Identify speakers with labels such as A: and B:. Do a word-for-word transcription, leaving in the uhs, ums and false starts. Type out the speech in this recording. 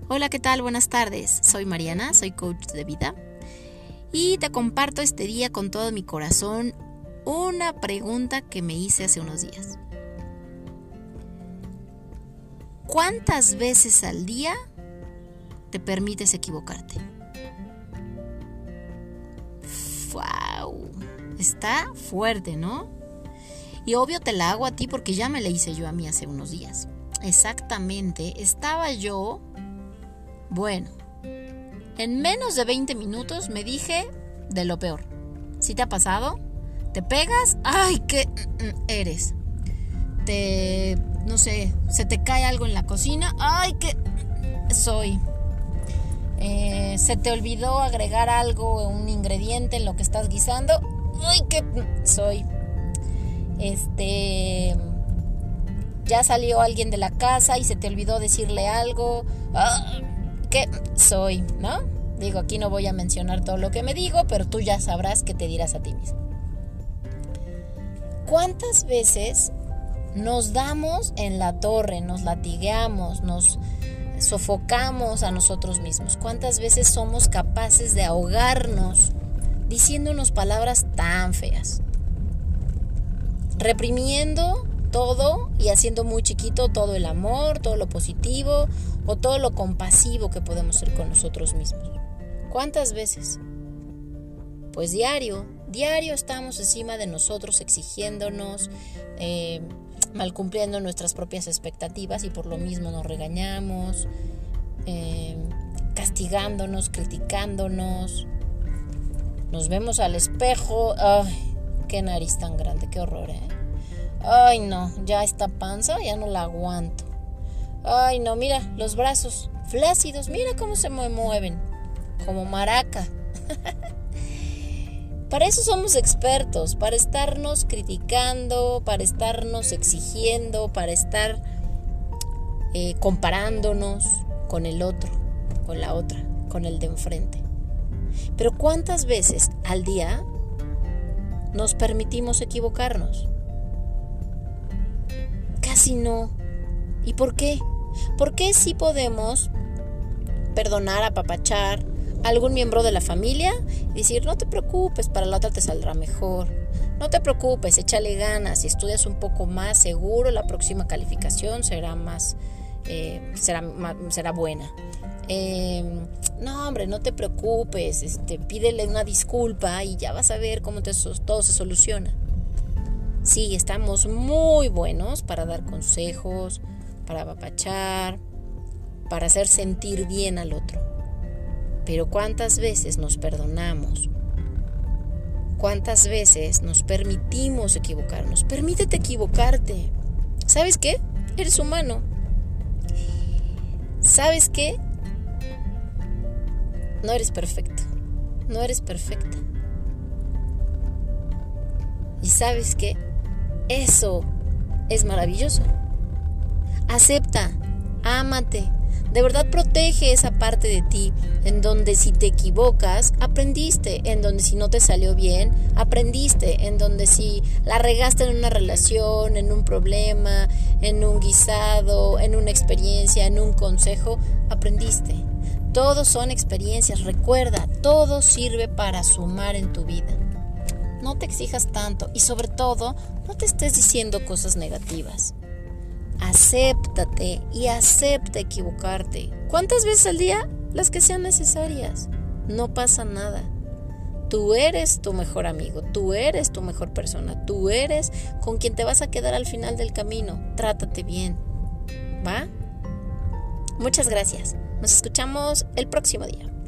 A: Hola, ¿qué tal? Buenas tardes. Soy Mariana, soy coach de vida y te comparto este día con todo mi corazón una pregunta que me hice hace unos días. ¿Cuántas veces al día te permites equivocarte? ¡Wow! Está fuerte, ¿no? Y obvio te la hago a ti porque ya me la hice yo a mí hace unos días. Exactamente, estaba yo... Bueno, en menos de veinte minutos me dije de lo peor. ¿Sí te ha pasado? ¿Te pegas? ¡Ay, qué eres! Te... no sé, se te cae algo en la cocina. ¡Ay, qué soy! Eh, se te olvidó agregar algo, un ingrediente en lo que estás guisando. ¡Ay, qué soy! Este... ya salió alguien de la casa y se te olvidó decirle algo. ¡Ah! ¿Qué soy? ¿No? Digo, aquí no voy a mencionar todo lo que me digo, pero tú ya sabrás qué te dirás a ti mismo. ¿Cuántas veces nos damos en la torre, nos latigueamos, nos sofocamos a nosotros mismos? ¿Cuántas veces somos capaces de ahogarnos diciéndonos palabras tan feas? Reprimiendo todo y haciendo muy chiquito todo el amor, todo lo positivo o todo lo compasivo que podemos ser con nosotros mismos. ¿Cuántas veces? Pues diario, diario estamos encima de nosotros exigiéndonos, eh, mal cumpliendo nuestras propias expectativas y por lo mismo nos regañamos, eh, castigándonos, criticándonos. Nos vemos al espejo, ¡ay! Qué nariz tan grande, qué horror, ¿eh? Ay, no, ya esta panza ya no la aguanto. Ay, no, mira, los brazos flácidos, mira cómo se me mueven, como maraca. Para eso somos expertos, para estarnos criticando, para estarnos exigiendo, para estar eh, comparándonos con el otro, con la otra, con el de enfrente. Pero ¿cuántas veces al día nos permitimos equivocarnos? Casi no. ¿Y por qué? ¿Por qué sí podemos perdonar, apapachar a algún miembro de la familia y decir, no te preocupes, para la otra te saldrá mejor? No te preocupes, échale ganas, si estudias un poco más, seguro la próxima calificación será más, eh, será, más, será buena. Eh, no, hombre, no te preocupes, este, pídele una disculpa y ya vas a ver cómo te, todo se soluciona. Sí, estamos muy buenos para dar consejos, para apapachar, para hacer sentir bien al otro. Pero ¿cuántas veces nos perdonamos? ¿Cuántas veces nos permitimos equivocarnos? Permítete equivocarte. ¿Sabes qué? Eres humano. ¿Sabes qué? No eres perfecto. No eres perfecta. ¿Y sabes qué? Eso es maravilloso. Acepta, ámate, de verdad protege esa parte de ti en donde si te equivocas, aprendiste, en donde si no te salió bien, aprendiste, en donde si la regaste en una relación, en un problema, en un guisado, en una experiencia, en un consejo, aprendiste. Todos son experiencias, recuerda, todo sirve para sumar en tu vida. No te exijas tanto y sobre todo no te estés diciendo cosas negativas. Acéptate y acepta equivocarte. ¿Cuántas veces al día? Las que sean necesarias. No pasa nada. Tú eres tu mejor amigo, tú eres tu mejor persona, tú eres con quien te vas a quedar al final del camino. Trátate bien. ¿Va? Muchas gracias. Nos escuchamos el próximo día.